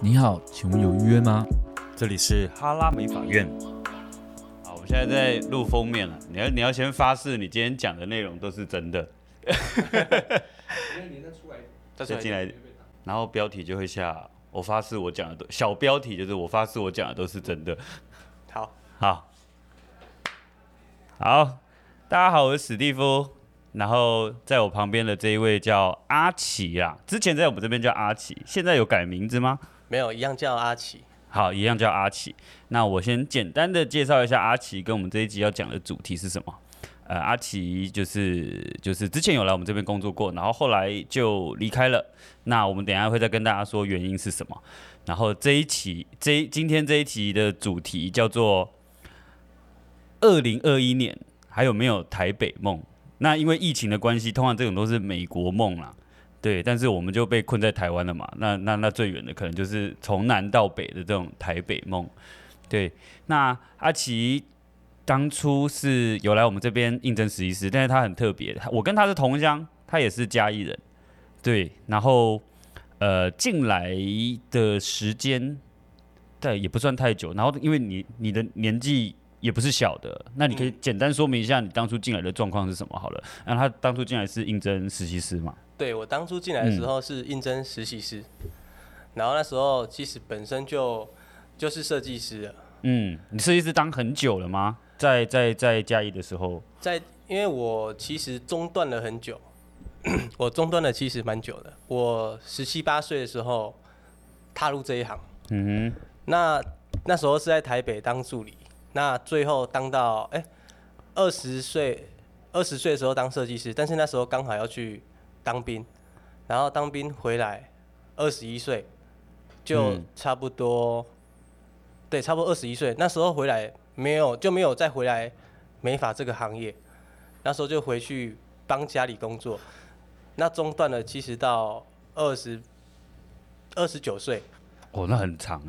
你好，请问有预约吗？ 这里是哈拉美法院。好，我们现在在录封面了。你要先发誓，你今天讲的内容都是真的。再进来，然后标题就会下我发誓我讲的都，小标题就是我发誓我讲的都是真的。好，大家好，我是史蒂夫。然后在我旁边的这一位叫阿奇啦，之前在我们这边叫阿奇，现在有改名字吗？ 没有，一样叫阿奇。 好，一样叫阿奇。那我先简单的介绍一下阿奇跟我们这一集要讲的主题是什么。阿奇就是之前有来我们这边工作过，然后后来就离开了。那我们等一下会再跟大家说原因是什么。然后今天这一期的主题叫做2021年还有没有台北梦？那因为疫情的关系，通常这种都是美国梦啦。对，但是我们就被困在台湾了嘛，那最远的可能就是从南到北的这种台北梦。对，那阿奇当初是有来我们这边应征实习师，但是他很特别，我跟他是同乡，他也是嘉义人。对，然后进来的时间对也不算太久，然后因为你的年纪也不是小的，那你可以简单说明一下你当初进来的状况是什么好了。那他当初进来是应征实习师嘛？ 对，我当初进来的时候是应征实习师，然后那时候其实本身就是设计师了。 你设计师当很久了吗？在嘉义的时候， 因为我其实中断了很久，我中断了其实蛮久的。我17、18岁的时候踏入这一行，那时候是在台北当助理，那最后当到20岁的时候当设计师，但是那时候刚好要去当兵，然后当兵回来21岁，就差不多，对，差不多21岁。那时候回来没有再回来美发这个行业，那时候就回去帮家里工作。那中断了，其实到29岁。 哦，那很长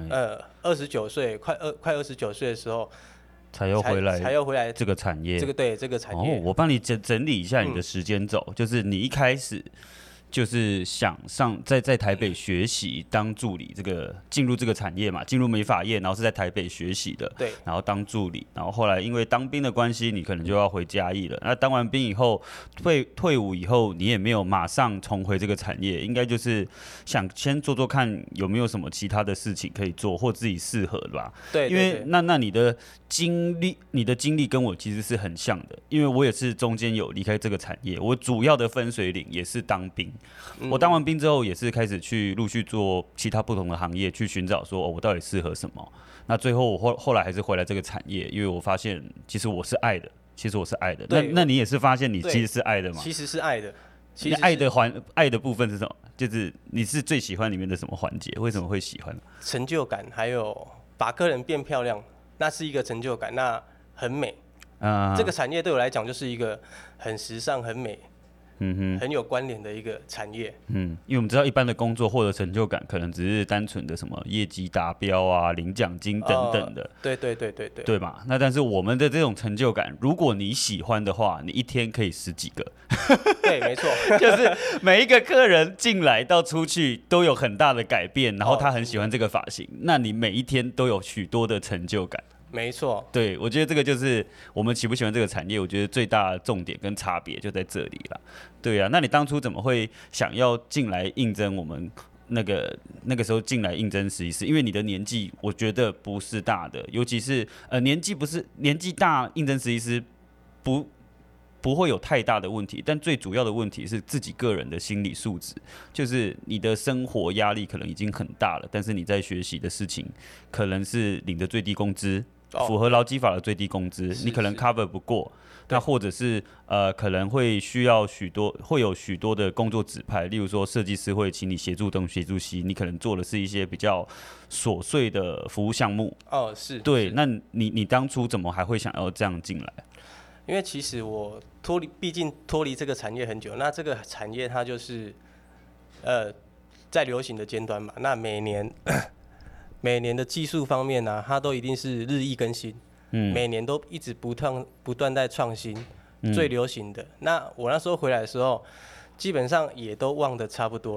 29岁，快29岁的时候。 才又回来这个产业， 这个产业。 我帮你整理一下你的时间轴，就是你一开始就是想在台北学习当助理，这个进入这个产业嘛，进入美发业，然后是在台北学习的， 对， 然后当助理，然后后来因为当兵的关系，你可能就要回嘉义了。那当完兵以后，退伍以后，你也没有马上重回这个产业，应该就是想先做看有没有什么其他的事情可以做，或自己适合的吧。 对， 因为那你的经历跟我其实是很像的，因为我也是中间有离开这个产业，我主要的分水岭也是当兵。我当完兵之后，也是开始去陆续做其他不同的行业，去寻找说我到底适合什么。那最后我后来还是回来这个产业，因为我发现其实我是爱的。那你也是发现你其实是爱的吗？ 其实是爱的。 你爱的部分是什么？就是你是最喜欢里面的什么环节？为什么会喜欢？ 成就感，还有把客人变漂亮，那是一个成就感，那很美。这个产业对我来讲就是一个很时尚、很美。很有关联的一个产业。 因为我们知道一般的工作获得成就感，可能只是单纯的什么业绩达标啊、领奖金等等的。对嘛？那但是我们的这种成就感，如果你喜欢的话，你一天可以10几个。 对，没错， 就是每一个客人进来到出去都有很大的改变，然后他很喜欢这个发型，那你每一天都有许多的成就感。 没错， 对，我觉得这个就是我们喜不喜欢这个产业，我觉得最大的重点跟差别就在这里了。对啊，那你当初怎么会想要进来应征我们那个时候进来应征实习师？因为你的年纪，我觉得不是大的，尤其是年纪大应征实习师不会有太大的问题，但最主要的问题是自己个人的心理素质，就是你的生活压力可能已经很大了，但是你在学习的事情可能是领的最低工资。符合劳基法的最低工资，你可能 cover 不过，那或者是可能会有许多的工作指派，例如说设计师会请你协助东协助西，你可能做的是一些比较琐碎的服务项目。 是。 对，那你当初怎么还会想要这样进来？ 因为其实我毕竟脱离这个产业很久，那这个产业它就是在流行的尖端嘛，那每年的技术方面它都一定是日益更新，每年都一直不断在创新，最流行的。那我那时候回来的时候，基本上也都忘得差不多了，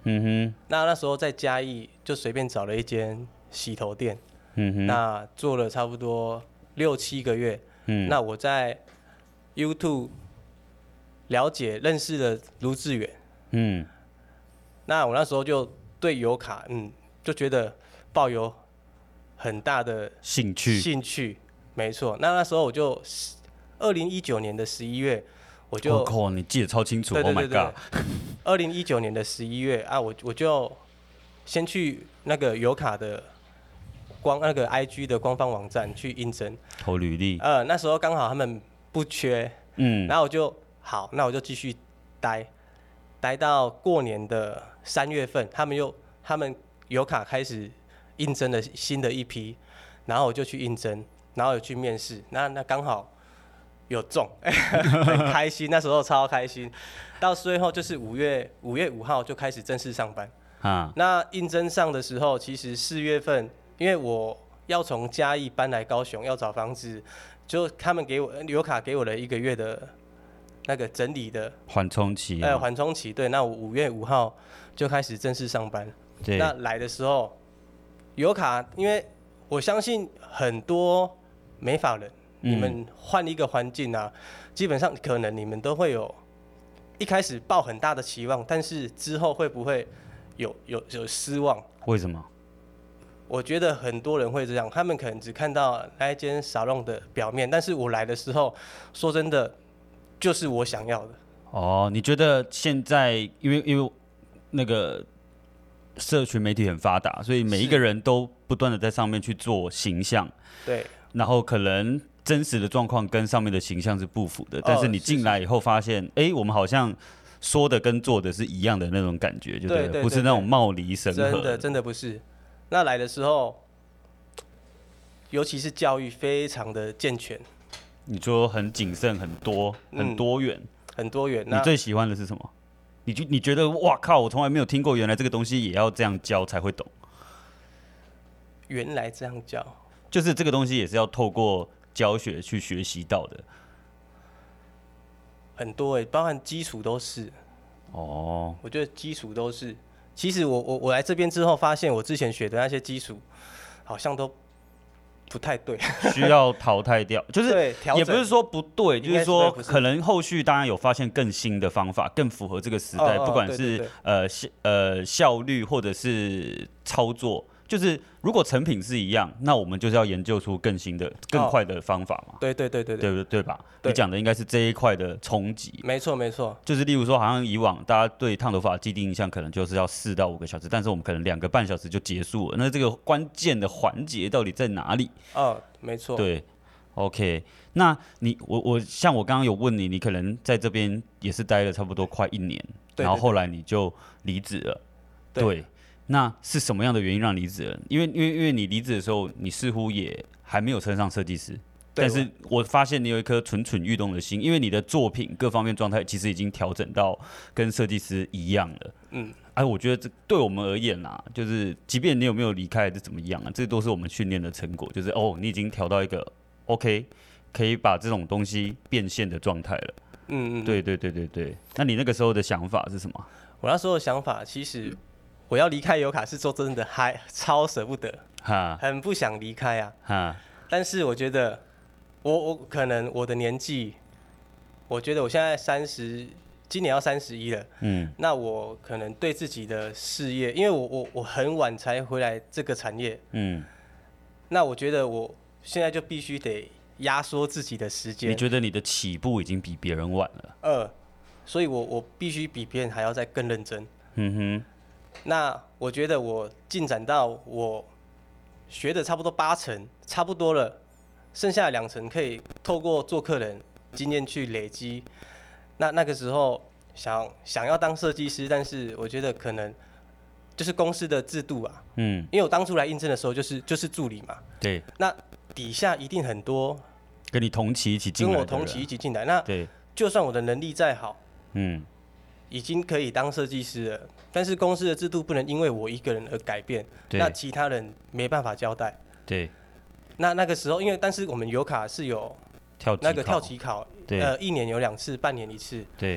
那时候在嘉义就随便找了一间洗头店，那做了差不多6-7个月。那我在 YouTube 了解认识了卢志远，那我那时候就对油卡，就觉得抱有很大的兴趣，没错。那时候我就2019年的11月，我就你记得超清楚 ，Oh my god！2019 年的11月啊，我就先去那个油卡的那个 IG 的官方网站去应征投履历。 那时候刚好他们不缺，然后我就好，那我就继续待到过年的3月份，他们油卡开始应征了新的一批，然后我就去应征，然后有去面试，那刚好有中，很开心，那时候超开心。到最后就是5月5号就开始正式上班。那应征上的时候，其实4月份，因为我要从嘉义搬来高雄，要找房子，就他们油卡给我了1个月的那个整理的缓冲期。 缓冲期，对。那我5月5号就开始正式上班。对。那来的时候，油卡，因为我相信很多美发人，你们换一个环境啊，基本上可能你们都会有一开始抱很大的期望，但是之后会不会有失望？ 为什么？ 我觉得很多人会这样，他们可能只看到那一间沙龙的表面，但是我来的时候，说真的，就是我想要的。 你觉得现在因为那个社群媒体很发达，所以每一个人都不断的在上面去做形象， 对， 然后可能真实的状况跟上面的形象是不符的，但是你进来以后发现，我们好像说的跟做的是一样的那种感觉，对，不是那种貌离神合， 真的不是。那来的时候，尤其是教育非常的健全。 你说很谨慎，很多元， 很多元。 你最喜欢的是什么？你觉得哇靠，我从来没有听过，原来这个东西也要这样教才会懂。 原来这样教， 就是这个东西也是要透过教学去学习到的。 很多包含基础都是。我觉得基础都是。其实我来这边之后，发现我之前学的那些基础，好像都不太对， 需要淘汰掉。就是也不是说不对，就是说可能后续当然有发现更新的方法，更符合这个时代，不管是效率或者是操作。就是如果成品是一样，那我们就是要研究出更新的、更快的方法嘛。对吧？你讲的应该是这一块的冲击。 没错。 就是例如说，好像以往大家对烫头发的既定印象可能就是要4到5个小时，但是我们可能2个半小时就结束了。那这个关键的环节到底在哪里？ 没错。 对 ，OK。那我像我刚刚有问你，你可能在这边也是待了差不多快1年，然后后来你就离职了。对。那是什么样的原因让离职了？因为你离职的时候，你似乎也还没有升上设计师，但是我发现你有一颗蠢蠢欲动的心，因为你的作品各方面状态其实已经调整到跟设计师一样了。我觉得这对我们而言啦，就是即便你有没有离开还是怎么样啊，这都是我们训练的成果，就是你已经调到一个 OK 可以把这种东西变现的状态了。对。那你那个时候的想法是什么？ 我那时候的想法其实。我要离开油卡是说真的，还超舍不得，很不想离开啊。但是我觉得，我可能我的年纪，我觉得我现在今年要31了。那我可能对自己的事业，因为我很晚才回来这个产业。那我觉得我现在就必须得压缩自己的时间。 你觉得你的起步已经比别人晚了？ 所以我必须比别人还要再更认真。那我觉得我进展到我学的差不多8成，差不多了，剩下的2成可以透过做客人经验去累积。那个时候想要当设计师，但是我觉得可能就是公司的制度啊，因为我当初来应征的时候就是助理嘛， 对， 那底下一定很多跟你同期一起进来的人， 跟我同期一起进来，那就算我的能力再好，已经可以当设计师了，但是公司的制度不能因为我一个人而改变，那其他人没办法交代。 对。 那个时候，但是我们油卡是有那个跳级考，1年有2次，半年1次。 对。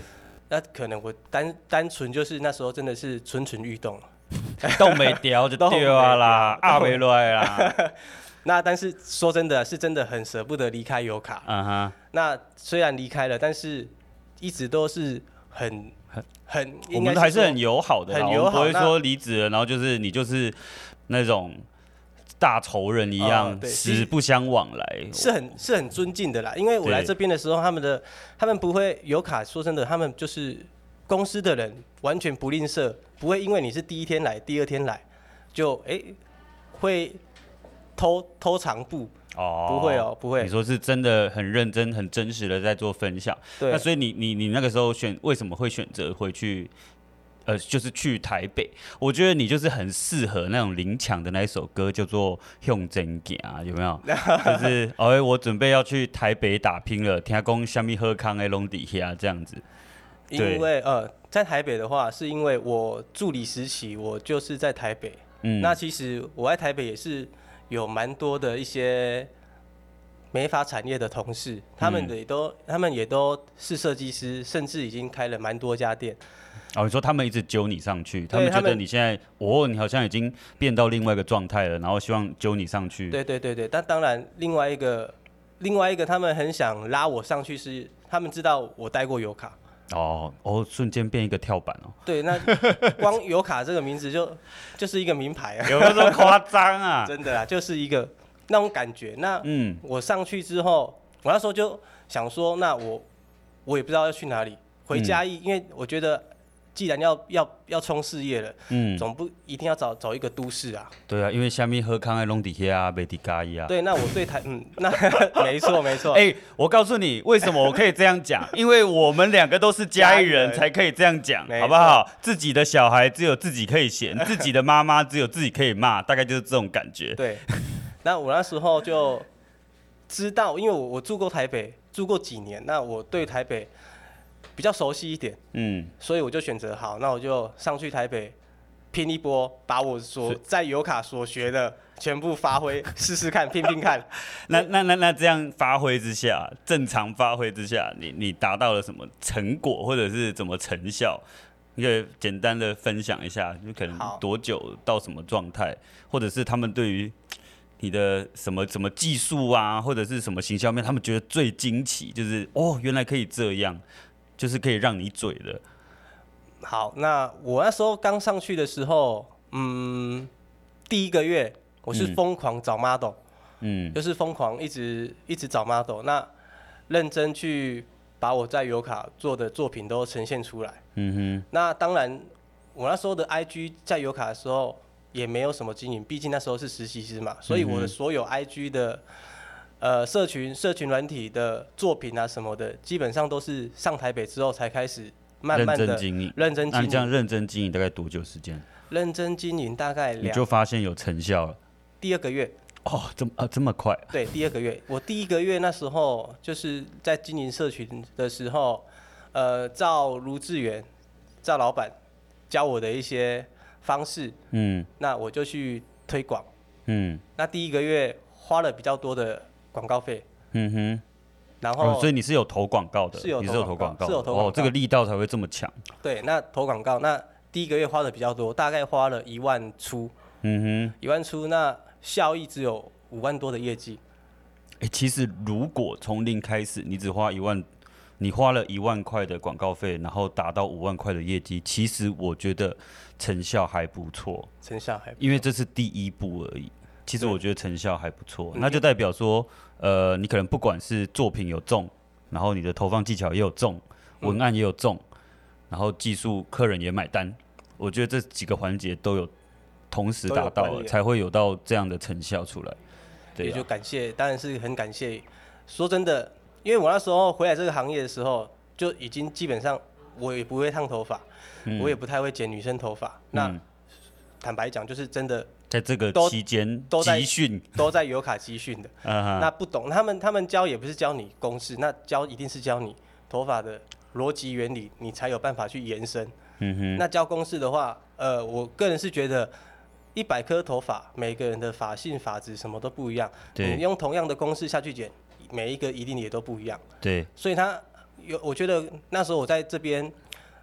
那可能我单纯就是那时候真的是蠢蠢欲动， 动没掉就对啊啦，压没落来啦。 那但是说真的，是真的很舍不得离开油卡。那虽然离开了，但是一直都是很， 我们还是很友好的啦， 很友好， 我们不会说离职了，然后就是你就是那种大仇人一样，死不相往来， 是很尊敬的啦。因为我来这边的时候，他们不会油卡，说真的，他们就是公司的人完全不吝啬，不会因为你是第一天来、第二天来，就会偷长步。不会哦，不会。 你说是真的很认真、很真实的在做分享。 对。 那所以你那个时候为什么会选择回去？就是去台北。我觉得你就是很适合那种林强的那一首歌，叫做《向前行》，有没有？就是我准备要去台北打拼了，听讲什么好康的拢底下这样子。 因为在台北的话，是因为我助理时期，我就是在台北。那其实我在台北也是有蛮多的一些美发产业的同事，他们也都是设计师，甚至已经开了蛮多家店。 你说他们一直揪你上去，他们觉得你现在你好像已经变到另外一个状态了，然后希望揪你上去。 对，但当然另外一个他们很想拉我上去，是他们知道我待过油卡。 瞬间变一个跳板哦。 对，那光油卡这个名字就是一个名牌啊。 有没有这么夸张啊？ 真的啊，就是一个那种感觉。那我上去之后，我那时候就想说，那我也不知道要去哪里，回嘉义，因为我觉得既然要冲事业了，总不一定要找一个都市啊。 对啊，因为虾米好康的拢底下啊，没伫嘉义啊。 对，那我对那没错。 我告诉你为什么我可以这样讲，因为我们两个都是嘉义人，才可以这样讲，好不好？自己的小孩只有自己可以嫌，自己的妈妈只有自己可以骂，大概就是这种感觉。 对，那我那时候就知道，因为我住过台北，住过几年，那我对台北比较熟悉一点，所以我就选择好，那我就上去台北拼一波，把我在油卡所学的全部发挥，试试看，拼看。 那这样发挥之下，正常发挥之下，你达到了什么成果，或者是怎么成效？你可以简单的分享一下，就可能多久到什么状态，或者是他们对于你的什么技术啊，或者是什么行销面，他们觉得最惊奇，就是原来可以这样。就是可以让你嘴的。 好，那我那时候刚上去的时候，第一个月我是疯狂找 model，就是疯狂一直找 model， 那认真去把我在油卡做的作品都呈现出来。那当然，我那时候的 IG 在油卡的时候也没有什么经营，毕竟那时候是实习师嘛，所以我的所有 IG 的。社群软体的作品啊什么的，基本上都是上台北之后才开始慢慢的认真经营。 那你这样认真经营大概多久时间？ 认真经营大概你就发现有成效了。 第2个月。 这么快？ 对，第2个月。我第1个月那时候就是在经营社群的时候，赵卢志远赵老板教我的一些方式，那我就去推广。那第1个月花了比较多的广告费，然后所以你是有投广告的， 你是有投广告， 这个力道才会这么强。 对，那投广告，那第1个月花的比较多，大概花了1万出，1万出，那效益只有5万多的业绩。 其实如果从零开始，你只花1万，你花了1万块的广告费，然后达到5万块的业绩，其实我觉得成效还不错，因为这是第1步而已。其实我觉得成效还不错，那就代表说，你可能不管是作品有中，然后你的投放技巧也有中，文案也有中，然后技术客人也买单，我觉得这几个环节都有同时达到了，才会有到这样的成效出来。对， 也就感谢，当然是很感谢。说真的，因为我那时候回来这个行业的时候，就已经基本上我也不会烫头发，我也不太会剪女生头发。那坦白讲，就是真的。 在这个期间集训都在油卡集训的，那不懂他们教也不是教你公式，那教一定是教你头发的逻辑原理，你才有办法去延伸。那教公式的话，我个人是觉得100颗头发，每个人的发性、发质什么都不一样，你用同样的公式下去剪，每一个一定也都不一样。 对， 所以我觉得那时候我在这边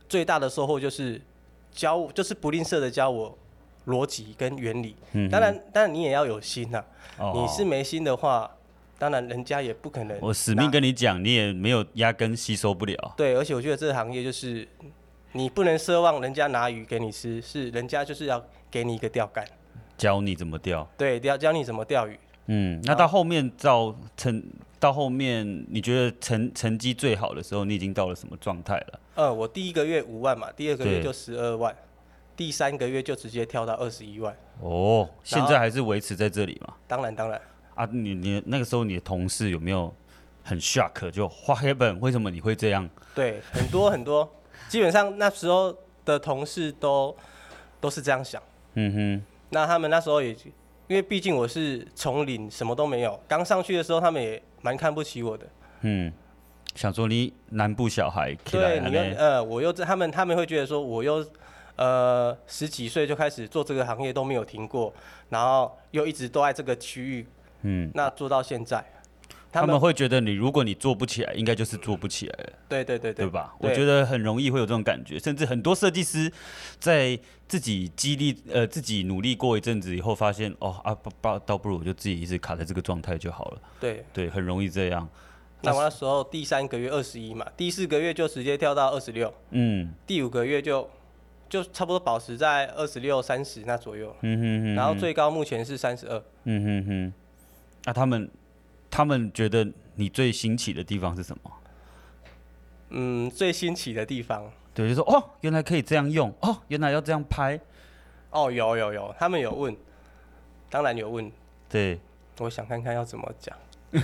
最大的收获就是就是不吝啬的教我逻辑跟原理。当然你也要有心呐、你是没心的话，当然人家也不可能。 我死命跟你讲，你也没有压根吸收不了。 对，而且我觉得这个行业就是你不能奢望人家拿鱼给你吃，是人家就是要给你一个钓竿， 教你怎么钓。 对，教你怎么钓鱼。 那到后面到后面，你觉得成绩最好的时候，你已经到了什么状态了？ 我第1个月5万嘛，第2个月就12万，第3个月就直接跳到21万。 哦，现在还是维持在这里嘛？ 当然啊，你那个时候你的同事有没有很 shock？ 就花黑本，为什么你会这样？ 对，很多很多，基本上那时候的同事都是这样想。那他们那时候也，因为毕竟我是从零，什么都没有，刚上去的时候，他们也蛮看不起我的。 想说你南部小孩， 对，我又他们会觉得说我又10几岁就开始做这个行业都没有停过，然后又一直都在这个区域，那做到现在， 他们会觉得如果你做不起来，应该就是做不起来了。对吧？我觉得很容易会有这种感觉，甚至很多设计师在自己自己努力过一阵子以后，发现倒不如我就自己一直卡在这个状态就好了。对，很容易这样。 那我那时候第3个月21嘛，第4个月就直接跳到26，第5个月就差不多保持在26、30那左右，然后最高目前是32。 那他们觉得你最新奇的地方是什么？ 最新奇的地方， 对，就说原来可以这样用，原来要这样拍。 有，他们有问，当然有问。 对， 我想看看要怎么讲。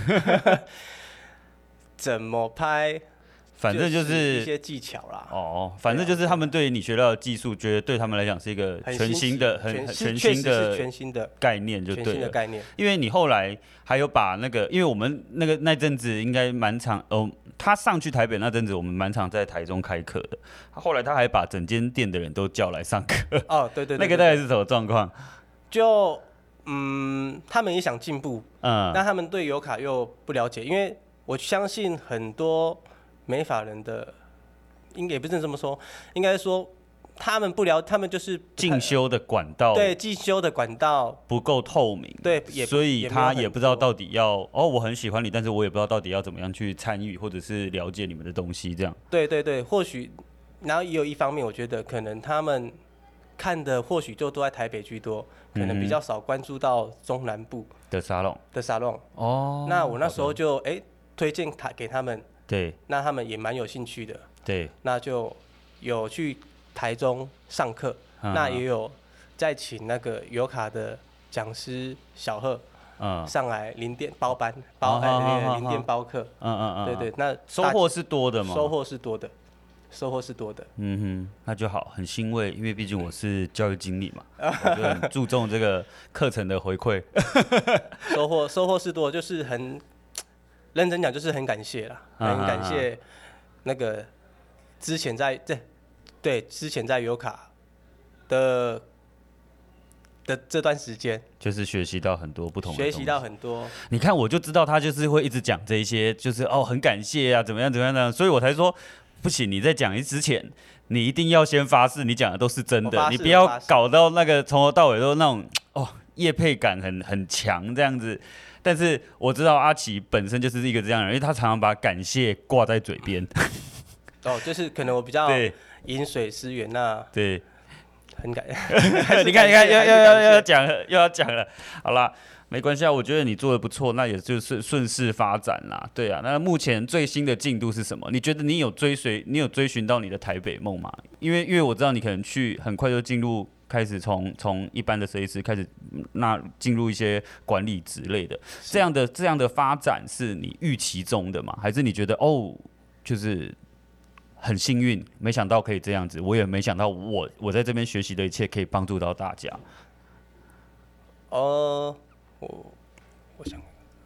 怎么拍？ 反正就是一些技巧啦。 反正就是他们对你学到的技术，觉得对他们来讲是一个全新的、全新的概念，就对了。全新的概念。因为你后来还有把因为我们那阵子应该蛮长，他上去台北那阵子，我们蛮常在台中开课的。后来他还把整间店的人都叫来上课。 对， 那个大概是什么状况？ 就他们也想进步，但他们对油卡又不了解，因为我相信很多美发人的，也不是这么说，应该说他们就是进修的管道， 对，进修的管道不够透明， 对， 所以他也不知道到底要我很喜欢你，但是我也不知道到底要怎么样去参与或者是了解你们的东西，这样。 对，或许，然后也有一方面，我觉得可能他们看的或许就都在台北居多，可能比较少关注到中南部的沙龙。 那我那时候就推荐给他们。 对， 那他们也蛮有兴趣的。 对， 那就有去台中上课，那也有再请那个油卡的讲师小贺，上来零店包班，零店包课。对，那收获是多的吗？ 收获是多的。 那就好，很欣慰，因为毕竟我是教育经理嘛，我就很注重这个课程的回馈。 收获是多，就是很。认真讲就是很感谢啦，很感谢那个之前在油卡的这段时间， 就是学习到很多不同的东西， 学习到很多。 你看我就知道他就是会一直讲这一些，就是很感谢啊，怎么样的，所以我才说不行，你在讲之前，你一定要先发誓，你讲的都是真的，你不要搞到那个从头到尾都那种业配感很强这样子。但是我知道阿奇本身就是一个这样的人，因为他常常把感谢挂在嘴边。 就是可能我比较饮水思源那。对，很感。 你看，又要讲了。好啦，没关系啊，我觉得你做的不错，那也就是顺势发展啦。对啊，那目前最新的进度是什么？你觉得你有追寻到你的台北梦吗？因为我知道你可能很快就开始从一般的设计师开始进入一些管理之类的，这样的发展是你预期中的吗？还是你觉得就是很幸运，没想到可以这样子，我也没想到我在这边学习的一切可以帮助到大家。 我想，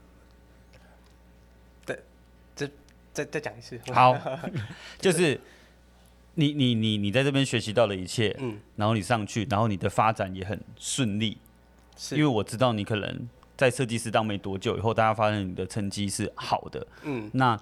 再讲一次。 好，就是。你在这边学习到了一切，然后你上去，然后你的发展也很顺利，因为我知道你可能在设计师当没多久以后，大家发现你的成绩是好的，那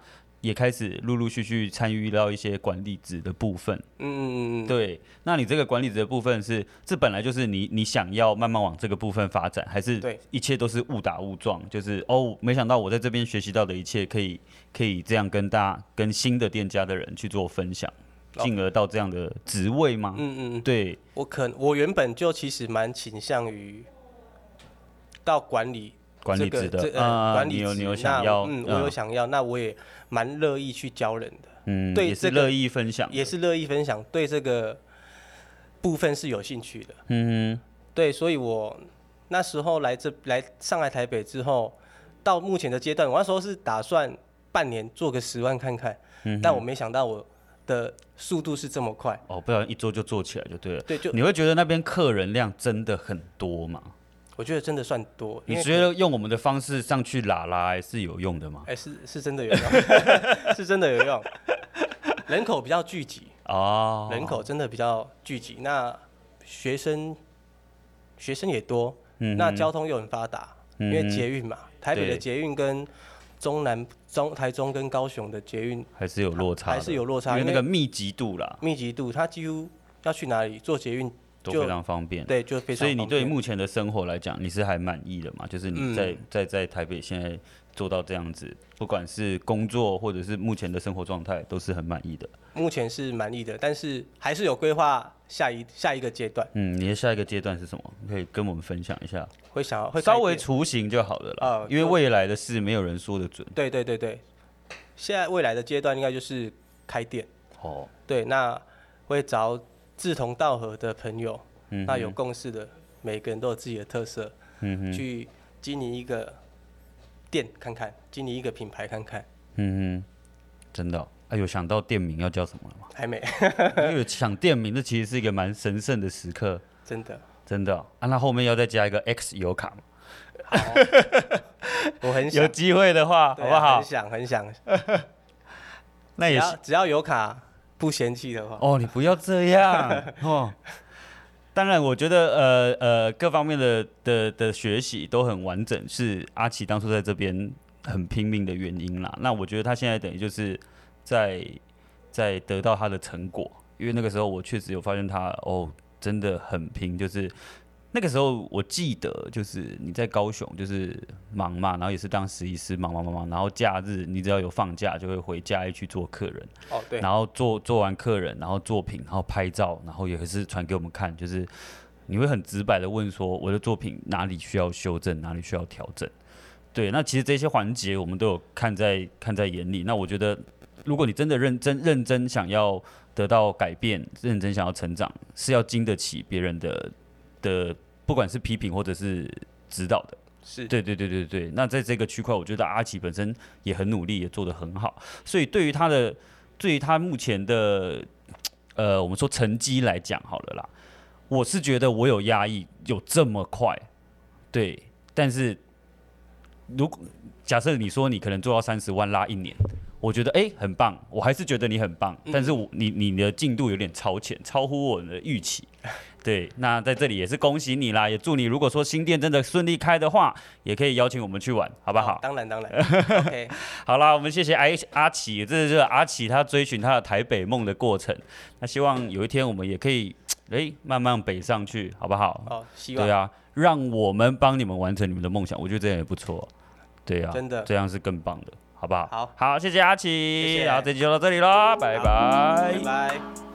也开始陆陆续续参与到一些管理职的部分。对。那你这个管理职的部分这本来就是你想要慢慢往这个部分发展，还是一切都是误打误撞？就是没想到我在这边学习到的一切可以这样跟新的店家的人去做分享，进而到这样的职位吗？对。 我原本就其实蛮倾向于到管理职的管理职， 你有想要？ 我有想要，那我也蛮乐意去教人的。对， 也是乐意分享， 对这个部分是有兴趣的。对，所以我那时候上来台北之后，到目前的阶段，我那时候是打算半年做个10万看看，但我没想到我的速度是这么快。 不然一做就做起来就对了。 对， 你会觉得那边客人量真的很多吗？ 我觉得真的算多。 你觉得用我们的方式上去拉是有用的吗？ 是真的有用，是真的有用。人口比较聚集人口真的比较聚集。那学生也多，那交通又很发达，因为捷运嘛，台北的捷运跟台中跟高雄的捷运还是有落差，因为那个密集度， 它几乎要去哪里坐捷运都非常方便。 对，就非常方便。 所以你对目前的生活来讲，你是还满意的嘛？就是你在台北现在做到这样子，不管是工作或者是目前的生活状态，都是很满意的。 目前是满意的，但是还是有规划下一个阶段。 你的下一个阶段是什么？可以跟我们分享一下。 会稍微雏形就好了啦，因为未来的事没有人说得准。 对，现在未来的阶段应该就是开店。对，那会找志同道合的朋友，那有共识的，每个人都有自己的特色，去经营一个店看看，经营一个品牌看看。 真的有想到店名要叫什么了吗？ 还没。 因为想店名，这其实是一个蛮神圣的时刻。真的那后面要再加一个 X 油卡吗？ 好，我很想。 有机会的话，好不好？ 很想。 那也只要有卡不嫌弃的话。 你不要这样当然，我觉得各方面的学习都很完整，是阿奇当初在这边很拼命的原因啦。那我觉得他现在等于就是在得到他的成果，因为那个时候我确实有发现他真的很拼，就是那个时候我记得就是你在高雄就是忙嘛，然后也是当实习师忙，然后假日你只要有放假就会回家去做客人。 对。 然后做完客人，然后作品，然后拍照，然后也是传给我们看，就是你会很直白的问说我的作品哪里需要修正，哪里需要调整。对，那其实这些环节我们都有看在眼里。那我觉得如果你真的认真想要得到改变，认真想要成长，是要经得起别人的不管是批评或者是指导的。 是。 对。那在这个区块，我觉得阿奇本身也很努力，也做得很好。所以对于他目前的我们说成绩来讲好了啦，我是觉得我有压抑有这么快，对。但是如果假设你说你可能做到30万拉1年，我觉得很棒，我还是觉得你很棒，但是你的进度有点超前，超乎我的预期。对，那在这里也是恭喜你啦，也祝你如果说新店真的顺利开的话，也可以邀请我们去玩，好不好？ 当然。OK， 好啦，我们谢谢阿奇，这就是阿奇他追寻他的台北梦的过程。那希望有一天我们也可以慢慢北上去，好不好？ 希望。 对啊，让我们帮你们完成你们的梦想，我觉得这样也不错。对啊， 真的， 这样是更棒的，好不好？ 好， 谢谢阿奇， 谢谢。 然后这集就到这里咯，拜拜。 拜拜。